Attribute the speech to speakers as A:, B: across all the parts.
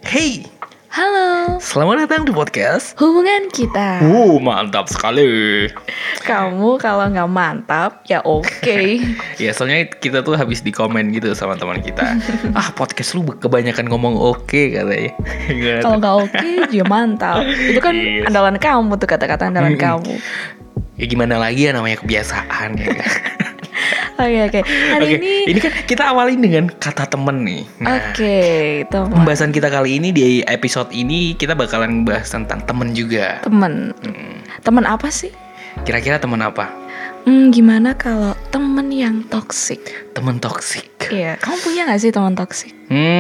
A: Hey,
B: Halo,
A: selamat datang di podcast.
B: hubungan kita.
A: Mantap sekali.
B: Kamu kalau nggak mantap, ya oke.
A: Ya, soalnya kita tuh habis di komen gitu sama teman kita. Podcast lu kebanyakan ngomong oke katanya. Gimana
B: Kalau
A: tuh?
B: nggak oke, ya mantap. Itu kan
A: Yes.
B: andalan kamu tuh, kata-kata andalan kamu.
A: Ya gimana lagi ya, namanya kebiasaan ya kan.
B: Oke. Hari
A: Ini kan kita awalin dengan kata temen nih.
B: Oke, teman.
A: Pembahasan kita kali ini di episode ini kita bakalan bahas tentang temen juga.
B: Temen. Temen apa sih?
A: Kira-kira temen apa?
B: Gimana kalau temen yang toksik?
A: Temen toksik.
B: Iya, kamu punya nggak sih teman toksik?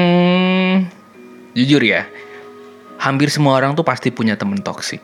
A: Jujur ya, hampir semua orang tuh pasti punya temen toksik.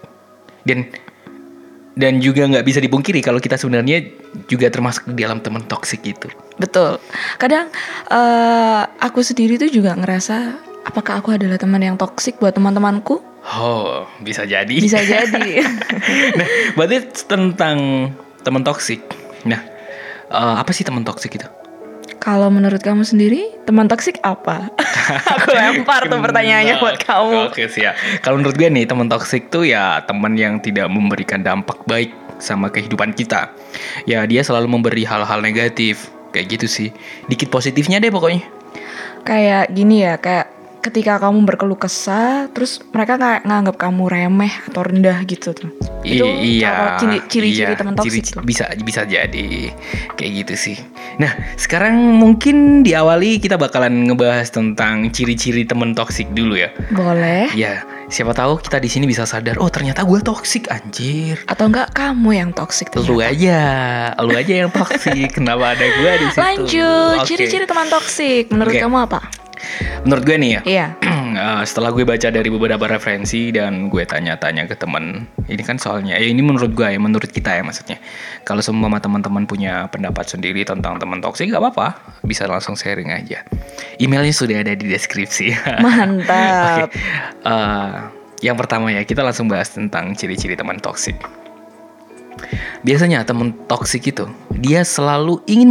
A: Dan juga nggak bisa dipungkiri kalau kita sebenarnya juga termasuk di dalam temen toksik itu.
B: Betul. Kadang aku sendiri tuh juga ngerasa, apakah aku adalah teman yang toksik buat teman-temanku?
A: Oh, bisa jadi.
B: Bisa jadi.
A: Nah, berarti tentang temen toksik. Nah, apa sih temen toksik itu?
B: Kalau menurut kamu sendiri, teman toksik apa? Aku lempar tuh pertanyaannya buat kamu.
A: Oke, siap. Kalau menurut gue nih, teman toksik tuh ya teman yang tidak memberikan dampak baik sama kehidupan kita. Ya, dia selalu memberi hal-hal negatif. Kayak gitu sih. Dikit positifnya deh pokoknya.
B: Kayak gini ya, kayak ketika kamu berkeluh kesah, terus mereka kayak nganggap kamu remeh atau rendah gitu tuh. Itu ciri-ciri teman toksik tuh.
A: Bisa jadi kayak gitu sih. Nah, sekarang mungkin diawali kita bakalan ngebahas tentang ciri-ciri teman toksik dulu ya.
B: Boleh.
A: Ya, siapa tahu kita di sini bisa sadar, oh ternyata gue toksik anjir.
B: Atau enggak kamu yang toksik
A: Lu
B: ternyata.
A: aja yang toksik. Kenapa ada gue di situ?
B: Lanjut,
A: Oke.
B: ciri-ciri teman toksik menurut
A: Oke.
B: kamu apa?
A: Menurut gue nih ya.
B: Iya.
A: Setelah gue baca dari beberapa referensi dan gue tanya-tanya ke teman, ini kan soalnya, ini menurut gue ya, menurut kita ya maksudnya. Kalau semua teman-teman punya pendapat sendiri tentang teman toksik, gak apa-apa, bisa langsung sharing aja. Emailnya sudah ada di deskripsi.
B: Mantap.
A: Oke. Yang pertama ya, kita langsung bahas tentang ciri-ciri teman toksik. Biasanya teman toksik itu dia selalu ingin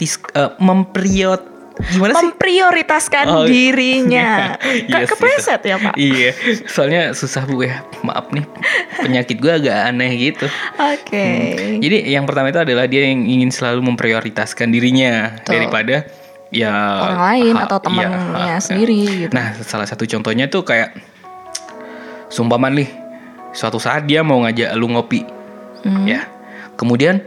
B: memprioritaskan dirinya.
A: Iya sih.
B: Kepleset ya, Pak?
A: Iya, soalnya susah bu ya. Maaf nih, penyakit gue agak aneh gitu.
B: Oke.
A: Jadi yang pertama itu adalah dia yang ingin selalu memprioritaskan dirinya daripada ya
B: orang lain atau temannya sendiri gitu.
A: Nah, salah satu contohnya tuh kayak seumpaman nih, suatu saat dia mau ngajak lu ngopi, ya, kemudian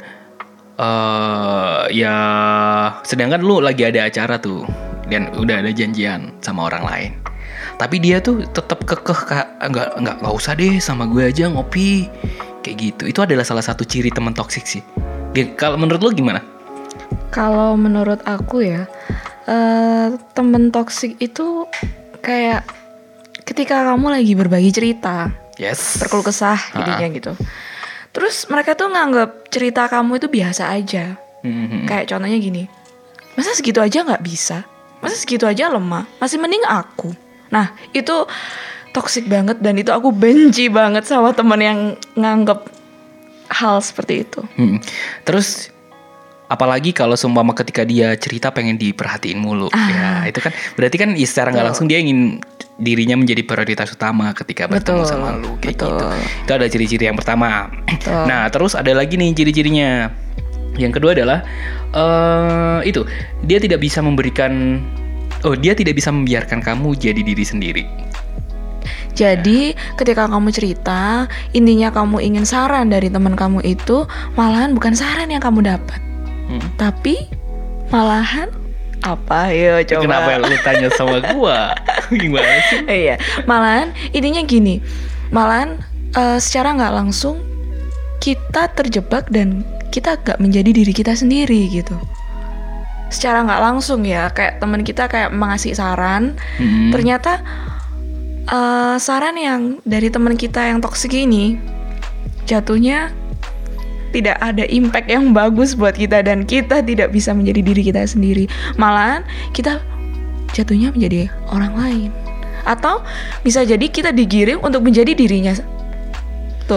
A: ya sedangkan lu lagi ada acara tuh dan udah ada janjian sama orang lain, tapi dia tuh tetap kekeh, nggak usah deh, sama gue aja ngopi kayak gitu. Itu adalah salah satu ciri teman toksik sih. Kalau menurut lu gimana?
B: Kalau menurut aku ya, temen toksik itu kayak ketika kamu lagi berbagi cerita,
A: Yes.
B: berkeluh kesah jadinya gitu. Terus mereka tuh nganggap cerita kamu itu biasa aja. Kayak contohnya gini, masa segitu aja gak bisa? Masa segitu aja lemah? Masih mending aku. Nah, itu toksik banget dan itu aku benci banget sama teman yang nganggap hal seperti itu.
A: Terus apalagi kalau seumpama ketika dia cerita pengen diperhatiin mulu, ya itu kan berarti kan secara nggak langsung dia ingin dirinya menjadi prioritas utama ketika bertemu sama lu kayak gitu. Itu ada ciri-ciri yang pertama. Nah, terus ada lagi nih ciri-cirinya. Yang kedua adalah itu dia tidak bisa membiarkan kamu jadi diri sendiri.
B: Jadi ketika kamu cerita, intinya kamu ingin saran dari teman kamu itu, malahan bukan saran yang kamu dapat, tapi malahan apa? Yo coba.
A: Kenapa lu tanya sama gua? Gimana sih?
B: Iya, malahan intinya gini, malahan secara nggak langsung kita terjebak dan kita gak menjadi diri kita sendiri gitu. Secara nggak langsung ya, kayak teman kita kayak mengasih saran, ternyata saran yang dari teman kita yang toksik ini jatuhnya tidak ada impact yang bagus buat kita dan kita tidak bisa menjadi diri kita sendiri. Malahan kita jatuhnya menjadi orang lain. Atau bisa jadi kita digiring untuk menjadi dirinya. Betul.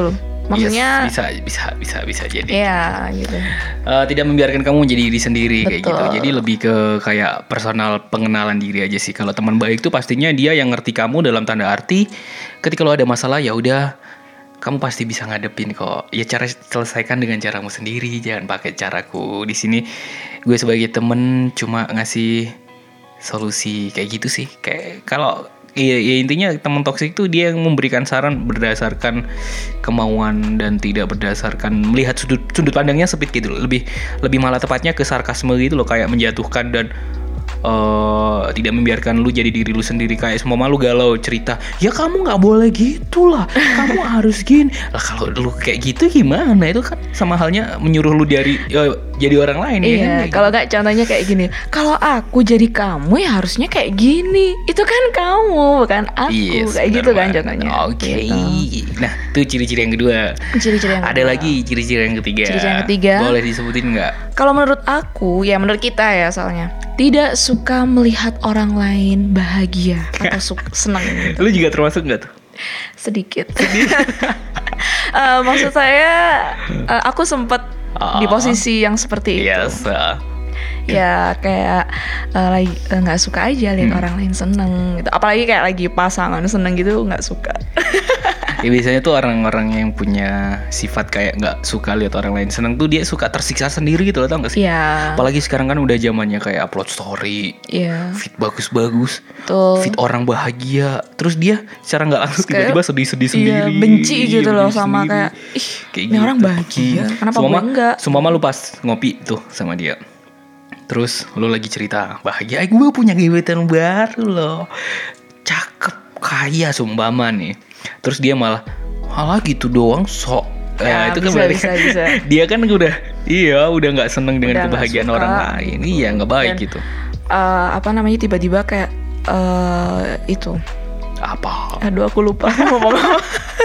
B: Maksudnya
A: bisa jadi.
B: Iya gitu.
A: Tidak membiarkan kamu menjadi diri sendiri kayak
B: Betul.
A: gitu. Jadi lebih ke kayak personal pengenalan diri aja sih. Kalau teman baik tuh pastinya dia yang ngerti kamu dalam tanda arti ketika lo ada masalah ya udah kamu pasti bisa ngadepin kok. Ya cara selesaikan dengan caramu sendiri, jangan pakai caraku. Di sini gue sebagai temen cuma ngasih solusi kayak gitu sih. Kayak kalau ya intinya teman toksik itu dia yang memberikan saran berdasarkan kemauan dan tidak berdasarkan melihat sudut pandangnya sempit gitu loh. Lebih malah tepatnya ke sarkasme gitu loh, kayak menjatuhkan dan tidak membiarkan lu jadi diri lu sendiri. Kayak semua malu galau cerita, ya kamu nggak boleh gitu lah, kamu harus gini lah. Kalau lu kayak gitu gimana? Itu kan sama halnya menyuruh lu dari jadi orang lain.
B: Iya,
A: ya kan?
B: kalau nggak contohnya kayak gini, kalau aku jadi kamu ya harusnya kayak gini. Itu kan kamu, bukan aku.
A: Yes,
B: kayak gitu kan
A: banget.
B: contohnya.
A: Oke.
B: Gitu.
A: Nah, itu ciri-ciri yang kedua.
B: Ciri-ciri yang
A: Ada
B: kedua.
A: lagi ciri-ciri yang ketiga.
B: Ciri-ciri yang ketiga.
A: Boleh disebutin nggak?
B: Kalau menurut aku, ya menurut kita ya soalnya, tidak suka melihat orang lain bahagia atau senang gitu.
A: Lu juga termasuk nggak tuh?
B: Sedikit. Maksud saya, aku sempat di posisi yang seperti itu.
A: Yes.
B: Ya kayak lagi nggak suka aja lihat orang lain seneng gitu. Apalagi kayak lagi pasangan seneng gitu, nggak suka.
A: Ya biasanya tuh orang-orang yang punya sifat kayak nggak suka lihat orang lain senang tuh dia suka tersiksa sendiri gitu loh, tau gak sih?
B: Iya.
A: Apalagi sekarang kan udah zamannya kayak upload story,
B: Iya.
A: feed bagus-bagus,
B: Tuh.
A: feed orang bahagia, terus dia secara nggak langsung
B: Kayak,
A: tiba-tiba sedih-sedih
B: iya,
A: sendiri,
B: benci gitu loh
A: benci
B: sama
A: sendiri.
B: kayak, ih,
A: Kayak
B: ini orang bahagia, kenapa gue enggak?
A: Semua lu pas ngopi tuh sama dia, terus lu lagi cerita bahagia, gue punya gebetan baru loh, cakep, kaya sumpama nih, terus dia malah gitu doang sok.
B: Ya,
A: Itu kan
B: bisa,
A: berarti
B: bisa.
A: dia kan udah nggak seneng dengan
B: Udah nggak
A: kebahagiaan
B: suka.
A: orang lain. Iya, nggak baik
B: Dan,
A: gitu.
B: Apa namanya, tiba-tiba kayak itu.
A: Apa?
B: Aduh, aku lupa ngomong apa.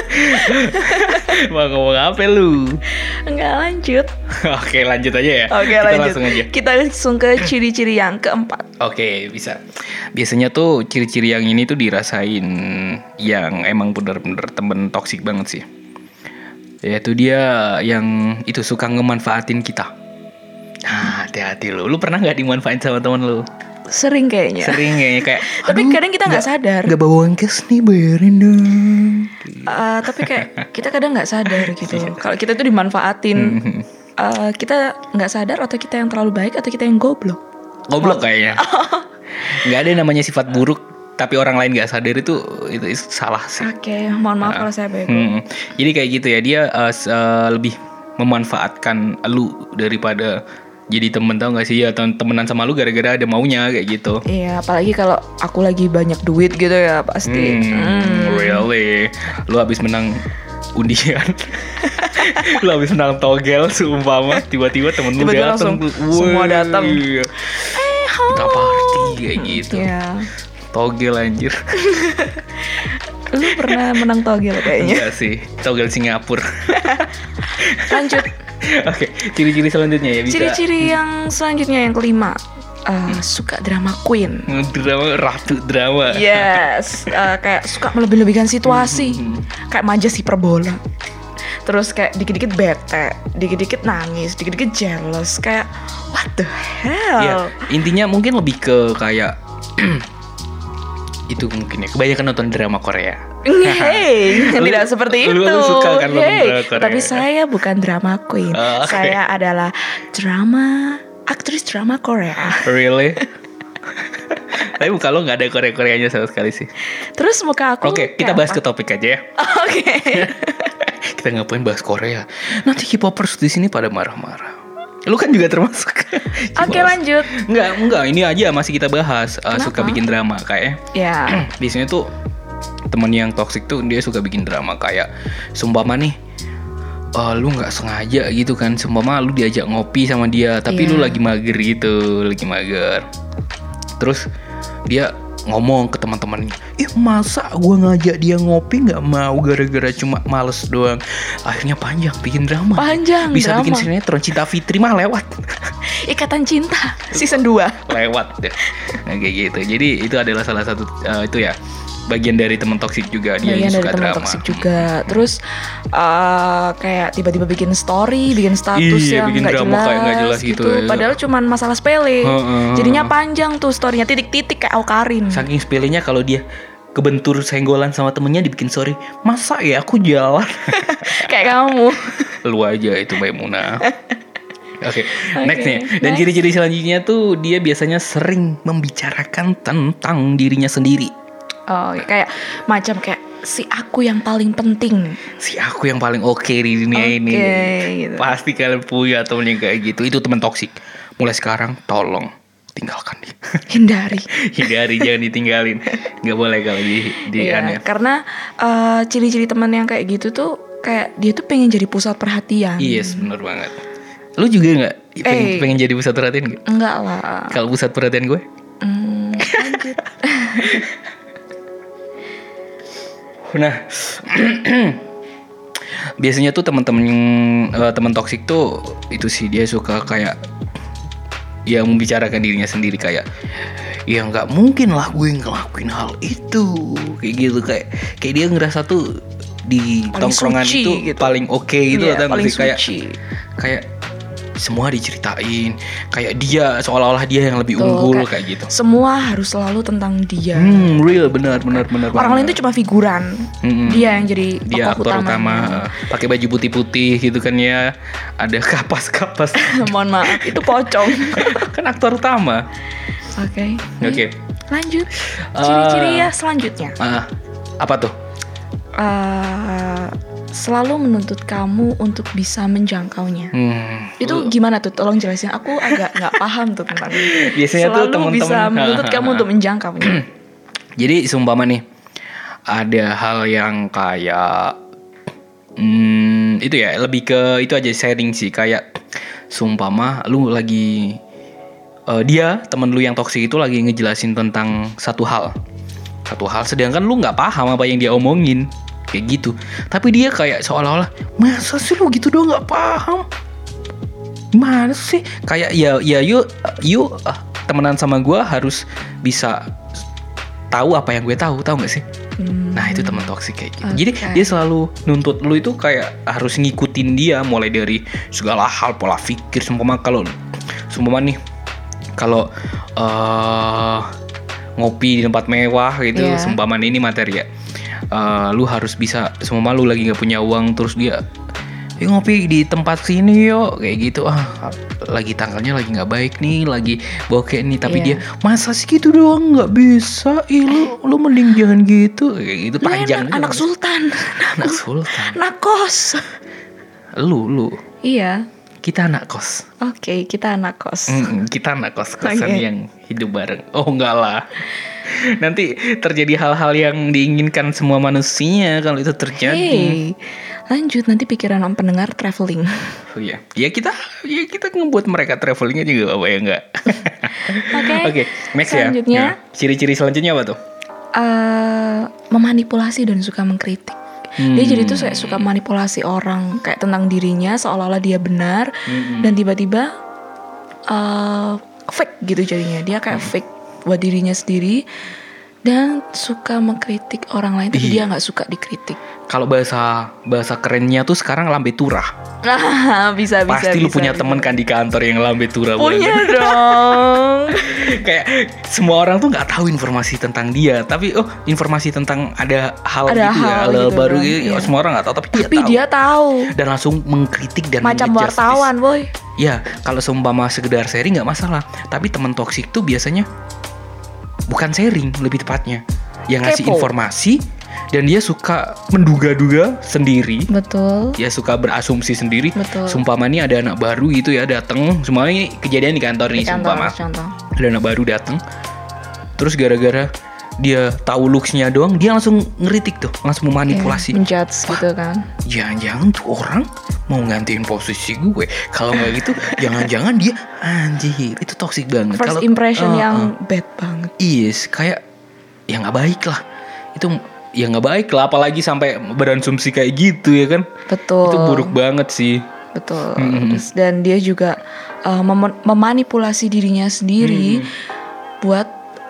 A: Mau ngomong apa lu?
B: Enggak, lanjut.
A: Oke, lanjut aja ya.
B: Oke,
A: Kita
B: lanjut.
A: langsung aja.
B: Kita langsung ke ciri-ciri yang keempat.
A: Oke, bisa. Biasanya tuh ciri-ciri yang ini tuh dirasain yang emang bener-bener temen toksik banget sih. Yaitu dia yang itu suka ngemanfaatin kita. Nah, hati-hati lu. Lu pernah nggak dimanfaatin sama temen lu?
B: Sering kayaknya.
A: Sering kayaknya kayak.
B: Tapi kadang kita nggak sadar.
A: Nggak bawa ongkos nih, bayarin dong.
B: Tapi kayak kita kadang nggak sadar gitu. Kalau kita tuh dimanfaatin, kita nggak sadar atau kita yang terlalu baik atau kita yang goblok.
A: Goblok kayaknya. Nggak ada namanya sifat buruk tapi orang lain nggak sadar, itu salah sih.
B: Oke, mohon maaf kalau saya bego.
A: Jadi kayak gitu ya, dia lebih memanfaatkan lu daripada jadi temen, tau gak sih ya, temenan sama lu gara-gara ada maunya kayak gitu.
B: Iya, apalagi kalau aku lagi banyak duit gitu ya pasti.
A: Really, lu habis menang undian, lu habis menang togel seumpama, tiba-tiba temen lu
B: Tiba-tiba
A: datang,
B: langsung semua datang.
A: Kita party kayak gitu.
B: Iya.
A: Togel anjir.
B: Lu pernah menang togel kayaknya.
A: Enggak sih, togel Singapura.
B: Lanjut.
A: Oke, ciri-ciri selanjutnya ya bisa.
B: Ciri-ciri yang selanjutnya yang kelima, suka drama queen.
A: Drama, ratu drama.
B: Yes, kayak suka melebih-lebihkan situasi, kayak manja si perbola. Terus kayak dikit-dikit bete, dikit-dikit nangis, dikit-dikit jealous, kayak what the hell?
A: Ya, intinya mungkin lebih ke kayak itu mungkin ya, kebanyakan nonton drama Korea.
B: Hey, tidak seperti itu.
A: Lu suka kan nonton
B: Hey,
A: drama Korea?
B: tapi saya bukan drama queen.
A: Oh, okay.
B: Saya adalah aktris drama Korea.
A: Really? Tapi muka lo gak ada Korea-Koreanya sama sekali sih.
B: Terus muka aku.
A: Oke, kita bahas ke topik aja ya.
B: Oke.
A: Kita ngapain bahas Korea? Nanti K-popers di sini pada marah-marah. Lu kan juga termasuk.
B: Oke, lanjut.
A: Enggak, ini aja masih kita bahas. Suka bikin drama kayak.
B: Ya.
A: Biasanya tuh temen yang toksik tuh dia suka bikin drama kayak sumpama nih, lu nggak sengaja gitu kan, sumpama lu diajak ngopi sama dia tapi lu lagi mager gitu, lagi mager. Terus dia ngomong ke teman-temannya, masa gua ngajak dia ngopi nggak mau gara-gara cuma males doang. Akhirnya panjang bikin drama.
B: Panjang
A: bisa
B: drama.
A: bikin sinetron Cinta Fitri mah lewat.
B: Ikatan Cinta season 2.
A: Lewat deh. Nah, kayak gitu. Jadi itu adalah salah satu itu ya, bagian dari teman toksik juga, dia
B: bagian dari
A: suka
B: teman
A: drama.
B: toksik juga. Terus kayak tiba-tiba bikin story, bikin status
A: Iya,
B: yang
A: bikin
B: nggak
A: drama
B: jelas,
A: kayak nggak jelas gitu ya.
B: Padahal cuman masalah sepele.
A: Heeh.
B: Jadinya panjang tuh storynya, titik-titik kayak Awkarin.
A: Saking sepelenya kalau dia kebentur senggolan sama temennya dibikin sorry, masa ya aku jalan.
B: Kayak kamu.
A: Lu aja itu Maimunah. Oke, next nih. Dan
B: next.
A: ciri-ciri selanjutnya tuh dia biasanya sering membicarakan tentang dirinya sendiri.
B: Oh, kayak macam kayak si aku yang paling penting.
A: Si aku yang paling oke di dunia ini.
B: Gitu.
A: Pasti kalian punya temen yang kayak gitu. Itu teman toksik. Mulai sekarang tolong tinggalkan dia.
B: Hindari.
A: Hindari, jangan ditinggalin. Gak boleh kalau di
B: Iya,
A: aneh.
B: karena ciri-ciri teman yang kayak gitu tuh kayak dia tuh pengen jadi pusat perhatian.
A: Yes, bener banget. Lu juga gak pengen jadi pusat perhatian gak?
B: Enggak lah.
A: Kalau pusat perhatian gue?
B: Lanjut.
A: Nah, biasanya tuh teman toksik tuh itu sih dia suka kayak ya membicarakan dirinya sendiri kayak ya nggak mungkin lah gue ngelakuin hal itu kayak gitu kayak dia ngerasa tuh di
B: Paling
A: tongkrongan
B: suci
A: itu
B: gitu.
A: paling oke gitu
B: Iya,
A: atau
B: paling
A: kayak
B: suci.
A: kayak semua diceritain kayak dia seolah-olah dia yang lebih
B: Tuh,
A: unggul kayak gitu.
B: Semua harus selalu tentang dia.
A: Real benar.
B: Orang lain tuh cuma figuran. Dia yang jadi
A: dia
B: tokoh
A: aktor
B: utamanya.
A: utama, pakai baju putih-putih gitu kan ya, ada kapas-kapas.
B: Mohon maaf, itu pocong.
A: Kan aktor utama.
B: Oke. Lanjut. Ciri-ciri ya selanjutnya.
A: Apa tuh?
B: Selalu menuntut kamu untuk bisa menjangkaunya. Itu gimana tuh? Tolong jelasin. Aku agak nggak paham tuh tentang itu.
A: Biasanya
B: selalu
A: tuh teman-teman
B: bisa menuntut kamu untuk menjangkaunya.
A: Jadi seumpama nih ada hal yang kayak itu ya lebih ke itu aja sharing sih kayak seumpama lu lagi dia temen lu yang toksik itu lagi ngejelasin tentang satu hal sedangkan lu nggak paham apa yang dia omongin kayak gitu, tapi dia kayak seolah-olah masa sih lu gitu doang nggak paham, gimana sih kayak ya yuk temenan sama gue harus bisa tahu apa yang gue tahu nggak sih? Nah itu teman toksik kayak gitu. Jadi dia selalu nuntut lu itu kayak harus ngikutin dia mulai dari segala hal pola pikir. Seumpama nih kalau ngopi di tempat mewah gitu, seumpama ini materi ya. Lu harus bisa, seumpama lu lagi nggak punya uang terus dia ngopi di tempat sini yuk kayak gitu, lagi tanggalnya lagi nggak baik nih, lagi bokeh nih, tapi dia masa sih gitu doang nggak bisa, lu mending jangan gitu kayak gitu, panjang gitu.
B: Anak sultan, anak kos.
A: Lu
B: iya,
A: kita anak kos.
B: Oke, kita anak kos.
A: Kita anak kos-kosan yang hidup bareng. Oh enggak lah, nanti terjadi hal-hal yang diinginkan semua manusia kalau itu terjadi.
B: Lanjut, nanti pikiran pendengar traveling.
A: Oh iya, kita ngebuat mereka travelingnya juga apa ya enggak? Oke, next
B: selanjutnya,
A: ya. Ciri-ciri selanjutnya apa tuh?
B: Memanipulasi dan suka mengkritik. Dia jadi tuh kayak suka manipulasi orang kayak tentang dirinya seolah-olah dia benar, dan tiba-tiba fake gitu jadinya. Dia kayak fake buat dirinya sendiri dan suka mengkritik orang lain, tapi dia nggak suka dikritik.
A: Kalau bahasa kerennya tuh sekarang lambe turah.
B: Nah, bisa.
A: Pasti lu punya temen kan di kantor yang lambe turah.
B: Punya dong.
A: Kayak semua orang tuh nggak tahu informasi tentang dia, tapi informasi tentang ada hal
B: gitu
A: baru
B: kan,
A: gitu. Semua orang nggak tahu, tapi
B: dia tahu.
A: Dan langsung mengkritik dan
B: macam wartawan, boy.
A: Ya, kalau seumpama sekedar sharing nggak masalah, tapi teman toksik tuh biasanya bukan sharing, lebih tepatnya yang ngasih informasi. Dan dia suka menduga-duga sendiri.
B: Betul.
A: Dia suka berasumsi sendiri.
B: Betul.
A: Sumpama nih ada anak baru gitu ya datang. Semuanya ini kejadian di kantor nih. Sumpama ada anak baru datang. Terus gara-gara dia tahu looks-nya doang, dia langsung ngeritik tuh, langsung memanipulasi.
B: Menjudge gitu kan.
A: Jangan-jangan tuh orang mau gantiin posisi gue. Kalau nggak gitu, jangan-jangan dia anjir. Itu toxic banget.
B: First impression yang bad banget.
A: Yes, kayak ya nggak baik lah. Itu ya nggak baik lah, apalagi sampai berasumsi kayak gitu ya kan.
B: Betul.
A: Itu buruk banget sih.
B: Betul. Dan dia juga memanipulasi dirinya sendiri buat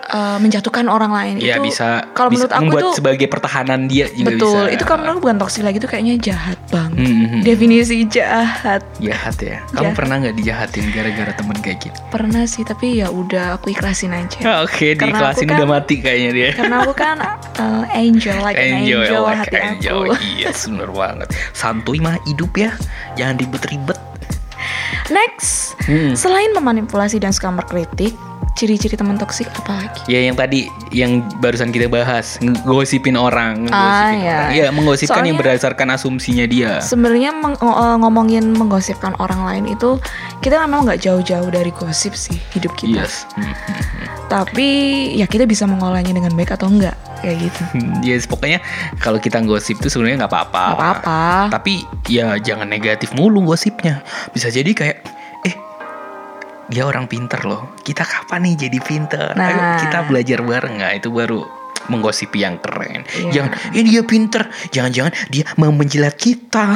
B: menjatuhkan orang lain
A: Ya
B: itu
A: bisa
B: kalau
A: bisa
B: menurut aku
A: membuat
B: itu
A: sebagai pertahanan dia juga
B: betul
A: bisa.
B: itu kalau menurut aku bukan toksik lagi, itu kayaknya jahat banget.
A: Hmm.
B: Definisi jahat.
A: Jahat ya. Kamu
B: Jahat.
A: pernah nggak dijahatin gara-gara temen kayak gitu?
B: Pernah sih, tapi ya udah aku ikhlasin aja.
A: Oke,
B: Karena
A: diiklasin
B: aku kan-
A: udah mati kayaknya dia.
B: Karena aku kan angel, like an angel
A: like
B: hati
A: angel.
B: aku.
A: Iya, bener banget. Santuy mah hidup ya. Jangan ribet-ribet.
B: Next, selain memanipulasi dan suka mengkritik, ciri-ciri teman toksik apa lagi?
A: Ya yang tadi yang barusan kita bahas, ngosipin orang,
B: ya.
A: Iya, menggosipkan yang
B: Soalnya-
A: berdasarkan asumsinya dia.
B: Sebenarnya ngomongin menggosipkan orang lain itu kita memang nggak jauh-jauh dari gosip sih hidup kita.
A: Yes.
B: Tapi ya kita bisa mengolahnya dengan baik atau enggak kayak gitu.
A: Yes, pokoknya kalau kita gosip tuh sebenarnya nggak apa-apa.
B: Nggak apa-apa.
A: Tapi ya jangan negatif mulu gosipnya. Bisa jadi kayak dia orang pinter loh. Kita kapan nih jadi pinter? Ayo
B: Nah.
A: kita belajar bareng. Nggak, itu baru menggosipi yang keren.
B: Iya.
A: Jangan, dia pinter. Jangan-jangan dia mau menjilat kita.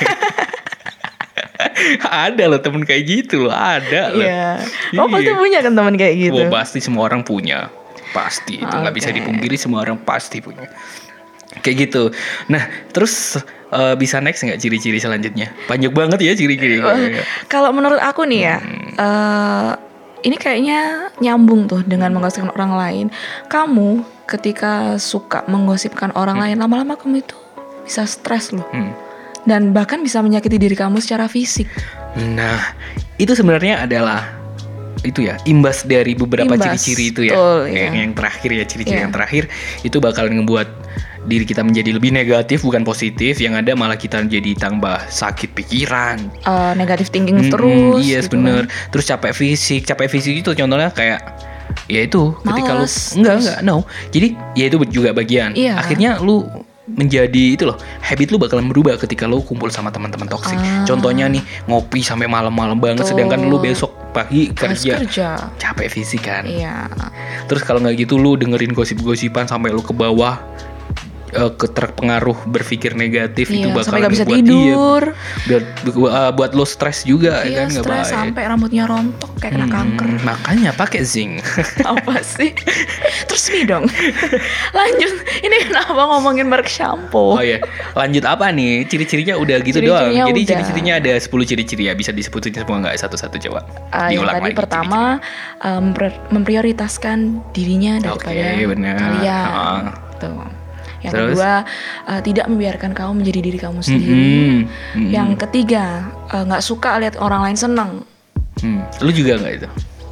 A: Ada loh temen kayak gitu loh. Ada loh.
B: Iya. Kamu pasti punya kan teman kayak gitu.
A: Wah, pasti semua orang punya. Pasti itu nggak bisa
B: Oke.
A: dipungkiri, semua orang pasti punya. Kayak gitu. Nah, terus bisa next nggak ciri-ciri selanjutnya? Banyak banget ya ciri-ciri.
B: Kalau menurut aku nih ya, ini kayaknya nyambung tuh dengan menggosipkan orang lain. Kamu ketika suka menggosipkan orang lain, lama-lama kamu itu bisa stres loh. Dan bahkan bisa menyakiti diri kamu secara fisik.
A: Nah, itu sebenarnya adalah itu ya imbas dari beberapa
B: Imbas,
A: ciri-ciri itu ya.
B: betul,
A: Yang terakhir ya, ciri-ciri
B: Iya.
A: yang terakhir itu bakalan ngebuat diri kita menjadi lebih negatif bukan positif. Yang ada malah kita jadi tambah sakit pikiran.
B: Negatif thinking terus.
A: Yes,
B: gitu
A: bener.
B: kan.
A: Terus capek fisik itu contohnya kayak ya itu ketika lu
B: Males.
A: enggak no. Jadi ya itu juga bagian.
B: Iya.
A: Akhirnya lu menjadi itu loh, habit lu bakalan berubah ketika lu kumpul sama teman-teman toksik. Contohnya nih ngopi sampai malam-malam banget,
B: Betul.
A: sedangkan lu besok pagi
B: Harus
A: kerja capek fisik kan.
B: Iya.
A: Terus kalau nggak gitu lu dengerin gosip-gosipan sampai lu ke bawah, terpengaruh berpikir negatif, itu
B: Iya,
A: bakal
B: sampai gak bisa
A: ngebuat-
B: tidur.
A: buat lo stres juga
B: Iya,
A: kan, nggak
B: stres
A: baik.
B: sampai rambutnya rontok kayak kena kanker.
A: Makanya pakai zinc.
B: Apa sih? Terus nih dong. Lanjut. Ini kenapa ngomongin merek shampoo?
A: Oh ya, lanjut apa nih? Ciri-cirinya udah gitu
B: Ciri-cirinya
A: doang. Jadi
B: udah.
A: ciri-cirinya ada 10 ciri-ciri ya, bisa disebutin semua nggak satu-satu coba?
B: Yang
A: Diulang
B: tadi
A: lagi
B: pertama memprioritaskan dirinya daripada
A: Oke, benar.
B: kalian. Tuh. Yang
A: Terus?
B: kedua tidak membiarkan kamu menjadi diri kamu sendiri. Yang ketiga nggak suka lihat orang lain seneng.
A: Lu juga nggak itu?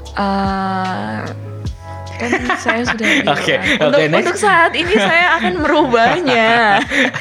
B: Kan saya sudah bilang.
A: Oke, next.
B: Untuk saat ini saya akan merubahnya.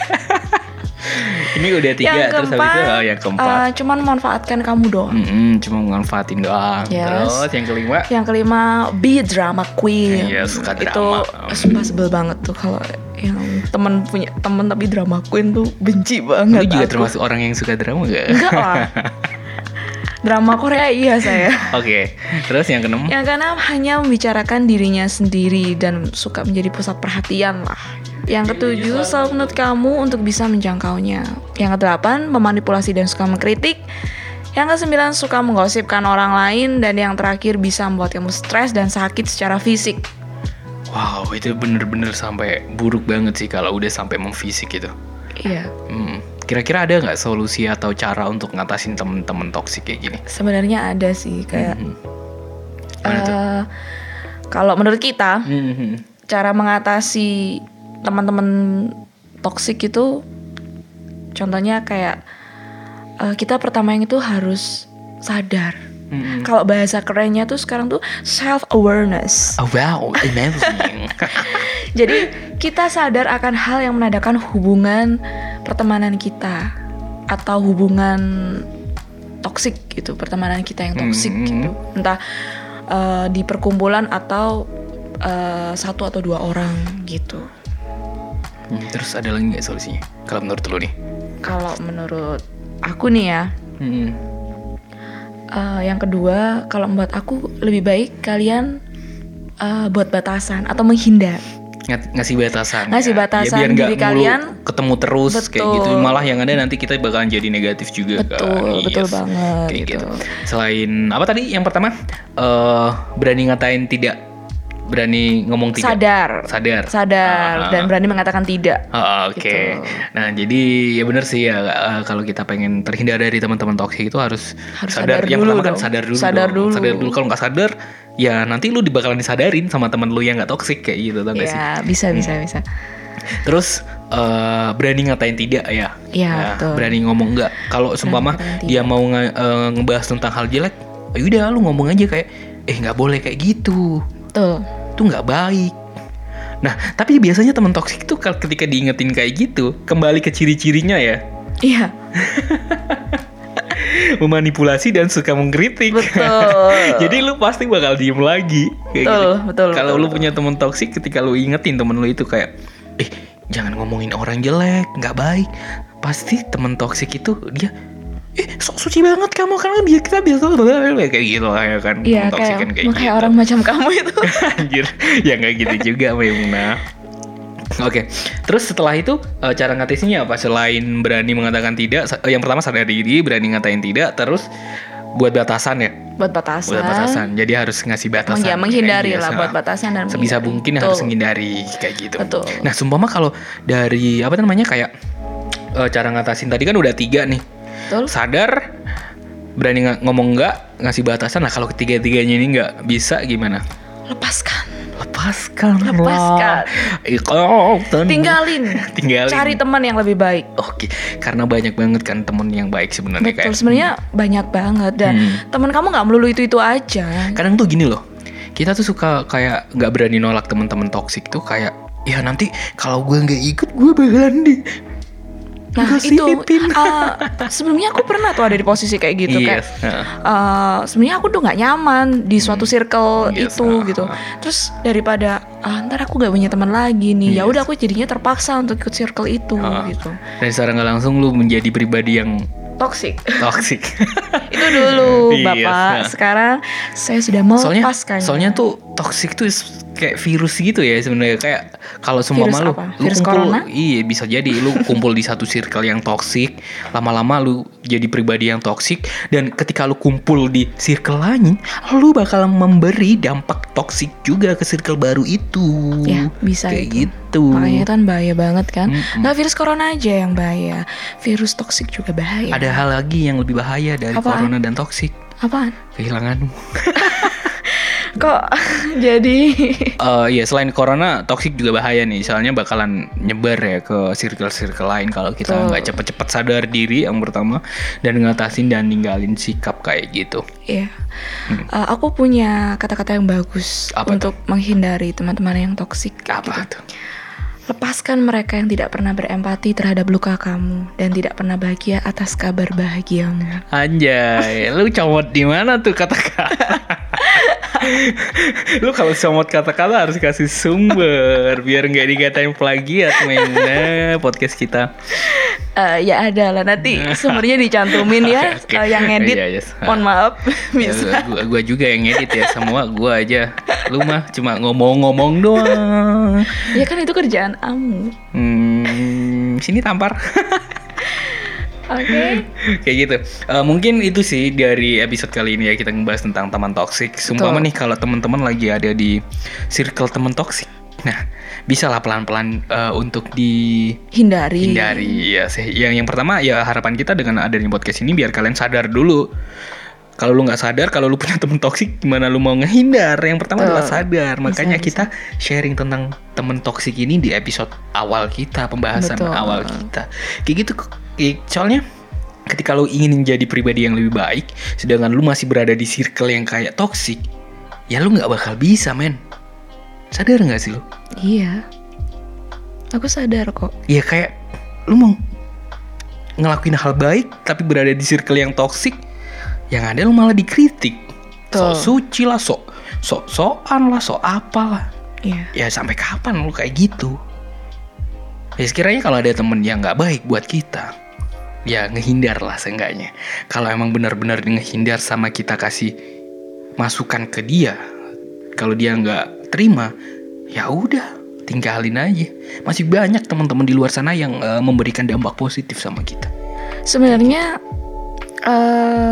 A: Ini udah 3,
B: Yang
A: terus habis
B: keempat,
A: itu yang keempat.
B: cuman memanfaatkan kamu doang.
A: Cuma manfaatin doang.
B: Yes.
A: Terus yang kelima,
B: Yang kelima, be drama queen.
A: Iya, suka
B: Itu
A: drama.
B: sumpah sebel banget tuh kalau yang temen punya temen tapi drama queen tuh benci banget.
A: lu juga
B: aku.
A: termasuk orang yang suka drama gak?
B: Enggak lah. Drama Korea iya saya.
A: Oke, terus yang keenam?
B: Yang keenam, hanya membicarakan dirinya sendiri dan suka menjadi pusat perhatian lah. Yang ketujuh, selalu menuntut kamu untuk bisa menjangkaunya. Yang kedelapan, memanipulasi dan suka mengkritik. Yang kesembilan, suka menggosipkan orang lain. Dan yang terakhir, bisa membuat kamu stres dan sakit secara fisik.
A: Wow, itu bener-bener sampai buruk banget sih kalau udah sampai memfisik gitu.
B: Iya.
A: Kira-kira ada nggak solusi atau cara untuk ngatasin temen-temen toksik kayak gini?
B: Sebenarnya ada sih kayak
A: Mana tuh?
B: kalau menurut kita
A: Mhm.
B: cara mengatasi teman-teman toksik itu contohnya kayak kita pertama yang itu harus sadar. Kalau bahasa kerennya tuh sekarang tuh self awareness.
A: Oh wow, amazing.
B: Jadi kita sadar akan hal yang menandakan hubungan pertemanan kita atau hubungan toksik gitu, pertemanan kita yang toksik gitu. Entah di perkumpulan atau satu atau dua orang gitu.
A: Terus ada lagi nggak solusinya? Kalau menurut lu nih?
B: Kalau menurut aku nih ya, yang kedua, kalau membuat aku lebih baik kalian buat batasan atau menghindar.
A: Ngasih batasan.
B: Ngasih batasan
A: biar nggak
B: diri
A: mulu
B: kalian.
A: ketemu terus kayak
B: Betul.
A: gitu. Malah yang ada nanti kita bakalan jadi negatif juga kan.
B: Betul banget
A: Kayak
B: gitu.
A: Selain apa tadi? Yang pertama berani ngatain tidak berani ngomong tidak.
B: Sadar dan berani mengatakan tidak.
A: Oke.
B: Gitu.
A: Nah, jadi ya benar sih ya, kalau kita pengen terhindar dari teman-teman toksik itu harus sadar. Yang pertama kan sadar dulu. Sadar dulu. Kalau nggak sadar, ya nanti lu bakalan disadarin sama teman lu yang nggak toksik kayak gitu, tau gak sih?
B: Ya, bisa.
A: Terus berani ngatain tidak ya.
B: Iya, betul.
A: Berani ngomong enggak. Kalau seumpama dia mau ngebahas tentang hal jelek, udah lu ngomong aja kayak nggak boleh kayak gitu.
B: Betul.
A: Itu nggak baik. Nah, tapi biasanya teman toksik tuh ketika diingetin kayak gitu, kembali ke ciri-cirinya ya.
B: Iya.
A: Memanipulasi dan suka mengkritik.
B: Betul.
A: Jadi lu pasti bakal diem lagi kayak
B: Betul.
A: Kalau lu punya teman toksik, ketika lu ingetin temen lu itu kayak jangan ngomongin orang jelek, nggak baik, pasti teman toksik itu dia sok suci banget kamu, karena kita biasa kayak gitu lah ya kan.
B: Iya, kayak orang macam kamu itu.
A: Anjir, ya nggak gitu juga Maimuna. Oke, terus setelah itu cara ngatasinnya apa? Selain berani mengatakan tidak, yang pertama sadar diri, berani ngatain tidak, terus buat batasan ya.
B: Buat batasan.
A: Jadi harus ngasih batasan.
B: Ya, menghindari lah buat batasan dan
A: sebisa mungkin harus menghindari kayak gitu.
B: Betul.
A: Nah, sumpama kalau dari kayak cara ngatasin tadi kan udah 3 nih.
B: Betul.
A: Sadar, berani ngomong enggak, ngasih batasan. Nah, kalau ketiga-tiganya ini enggak bisa gimana?
B: Lepaskan. Tinggalin. Cari teman yang lebih baik.
A: Oke, karena banyak banget kan teman yang baik sebenarnya.
B: Betul, sebenarnya banyak banget dan teman kamu nggak melulu itu aja.
A: Kadang tuh gini loh, kita tuh suka kayak nggak berani nolak teman-teman toksik tuh, kayak ya nanti kalau gue nggak ikut gue bakalan
B: Nah itu sebelumnya aku pernah tuh ada di posisi kayak gitu. Kayak sebenarnya aku tuh nggak nyaman di suatu circle itu gitu. Terus daripada ntar aku gak punya teman lagi nih, ya udah aku jadinya terpaksa untuk ikut circle itu gitu.
A: Dan secara nggak langsung lu menjadi pribadi yang toksik.
B: Itu dulu Bapak. Sekarang saya sudah melepaskannya.
A: Soalnya tuh toksik tuh kayak virus gitu ya sebenarnya. Kayak kalau semua lu
B: virus
A: kumpul,
B: corona?
A: iya bisa jadi lu kumpul di satu circle yang toksik, lama-lama lu jadi pribadi yang toksik, dan ketika lu kumpul di circle lain, lu bakal memberi dampak toksik juga ke circle baru itu.
B: Ya, bisa
A: kayak
B: itu.
A: Gitu.
B: Makanya kan bahaya banget kan. Nggak virus corona aja yang bahaya, virus toksik juga bahaya.
A: Ada hal lagi yang lebih bahaya dari corona dan toksik.
B: Apaan?
A: Kehilanganmu.
B: Kok jadi?
A: Iya, selain corona, toksik juga bahaya nih. Soalnya bakalan nyebar ya ke circle-circle lain kalau kita nggak cepet-cepet sadar diri yang pertama, dan ngatasin dan ninggalin sikap kayak gitu.
B: Iya. Aku punya kata-kata yang bagus untuk menghindari teman-teman yang toksik.
A: Apa tuh?
B: Lepaskan mereka yang tidak pernah berempati terhadap luka kamu dan tidak pernah bahagia atas kabar bahagiamu.
A: Anjay, lu comot di mana tuh kata-kata? Lu kalau comot kata-kata harus kasih sumber biar nggak dikatain plagiat Maimuna podcast kita.
B: Ya ada lah, nanti sumbernya dicantumin ya. Okay. Yang ngedit, mohon maaf. Bisa.
A: Gua juga yang ngedit ya, semua gua aja. Lu mah cuma ngomong-ngomong doang.
B: Ya kan itu kerjaan kamu.
A: Sini tampar.
B: Oke.
A: Kayak gitu. Mungkin itu sih dari episode kali ini ya, kita ngebahas tentang teman toksik. Sumpah nih kalau teman-teman lagi ada di circle teman toksik, nah bisa lah pelan-pelan untuk dihindari ya sih. Yang pertama ya, harapan kita dengan adanya podcast ini biar kalian sadar dulu. Kalau lu nggak sadar, kalau lu punya temen toksik, gimana lu mau ngehindar? Yang pertama adalah sadar. Makanya kita sharing tentang temen toksik ini di episode awal kita, pembahasan awal kita. Kayak gitu. Soalnya ketika lu ingin menjadi pribadi yang lebih baik, sedangkan lu masih berada di circle yang kayak toksik, ya lu nggak bakal bisa, men. Sadar nggak sih lu?
B: Iya, aku sadar kok.
A: Iya, kayak lu mau ngelakuin hal baik tapi berada di circle yang toksik, yang ada lu malah dikritik. Sok suci lah, sok-sokan lah, sok apalah.
B: Iya.
A: Ya sampai kapan lu kayak gitu? Ya sekiranya kalau ada temen yang gak baik buat kita, ya ngehindar lah seenggaknya. Kalau emang benar-benar ngehindar sama kita kasih masukan ke dia, kalau dia gak terima, ya udah tinggalin aja. Masih banyak teman-teman di luar sana yang memberikan dampak positif sama kita.
B: Sebenarnya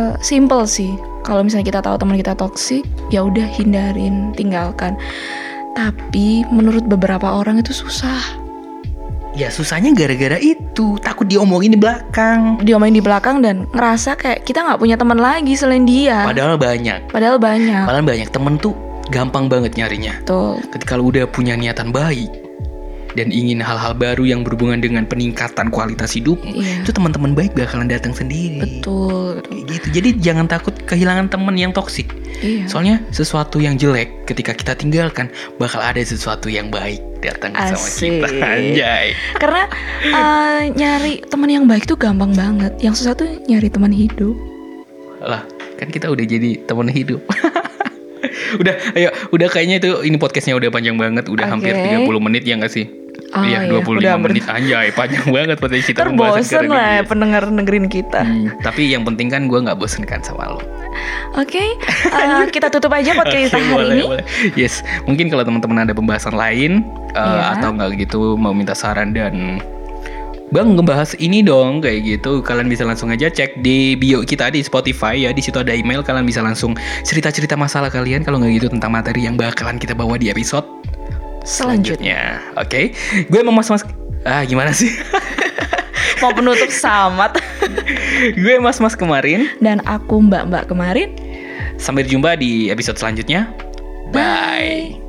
B: simple sih. Kalau misalnya kita tahu teman kita toksik, ya udah hindarin, tinggalkan. Tapi menurut beberapa orang itu susah.
A: Ya susahnya gara-gara itu, takut diomongin di belakang.
B: Diomongin di belakang dan ngerasa kayak kita nggak punya teman lagi selain dia.
A: Padahal banyak.
B: Padahal banyak
A: Temen tuh gampang banget nyarinya.
B: Betul.
A: Ketika lu udah punya niatan baik dan ingin hal-hal baru yang berhubungan dengan peningkatan kualitas hidup, itu teman-teman baik bakalan datang sendiri.
B: Betul.
A: Kayak gitu. Jadi jangan takut kehilangan teman yang toksik. Soalnya sesuatu yang jelek ketika kita tinggalkan, bakal ada sesuatu yang baik datang sama kita. Anjay.
B: Karena nyari teman yang baik tuh gampang banget. Yang susah tuh nyari teman hidup.
A: Lah, kan kita udah jadi teman hidup. Udah kayaknya ini podcastnya udah panjang banget, udah hampir 30 menit ya nggak sih? Iya, 25 menit. Anjay, panjang banget potensi kita.
B: Terbosen lah pendengar dengerin kita.
A: Tapi yang penting kan gue gak bosen kan sama lo.
B: Oke, kita tutup aja podcast kita hari ini.
A: Boleh. Yes, mungkin kalau teman-teman ada pembahasan lain atau gak gitu mau minta saran dan Bang ngebahas ini dong kayak gitu, kalian bisa langsung aja cek di bio kita di Spotify ya. Di situ ada email, kalian bisa langsung cerita-cerita masalah kalian kalau nggak gitu tentang materi yang bakalan kita bawa di episode selanjutnya. Oke. Gue mau mas gimana sih?
B: Mau penutup samat.
A: Gue mas kemarin
B: dan aku mbak kemarin.
A: Sampai jumpa di episode selanjutnya. Bye.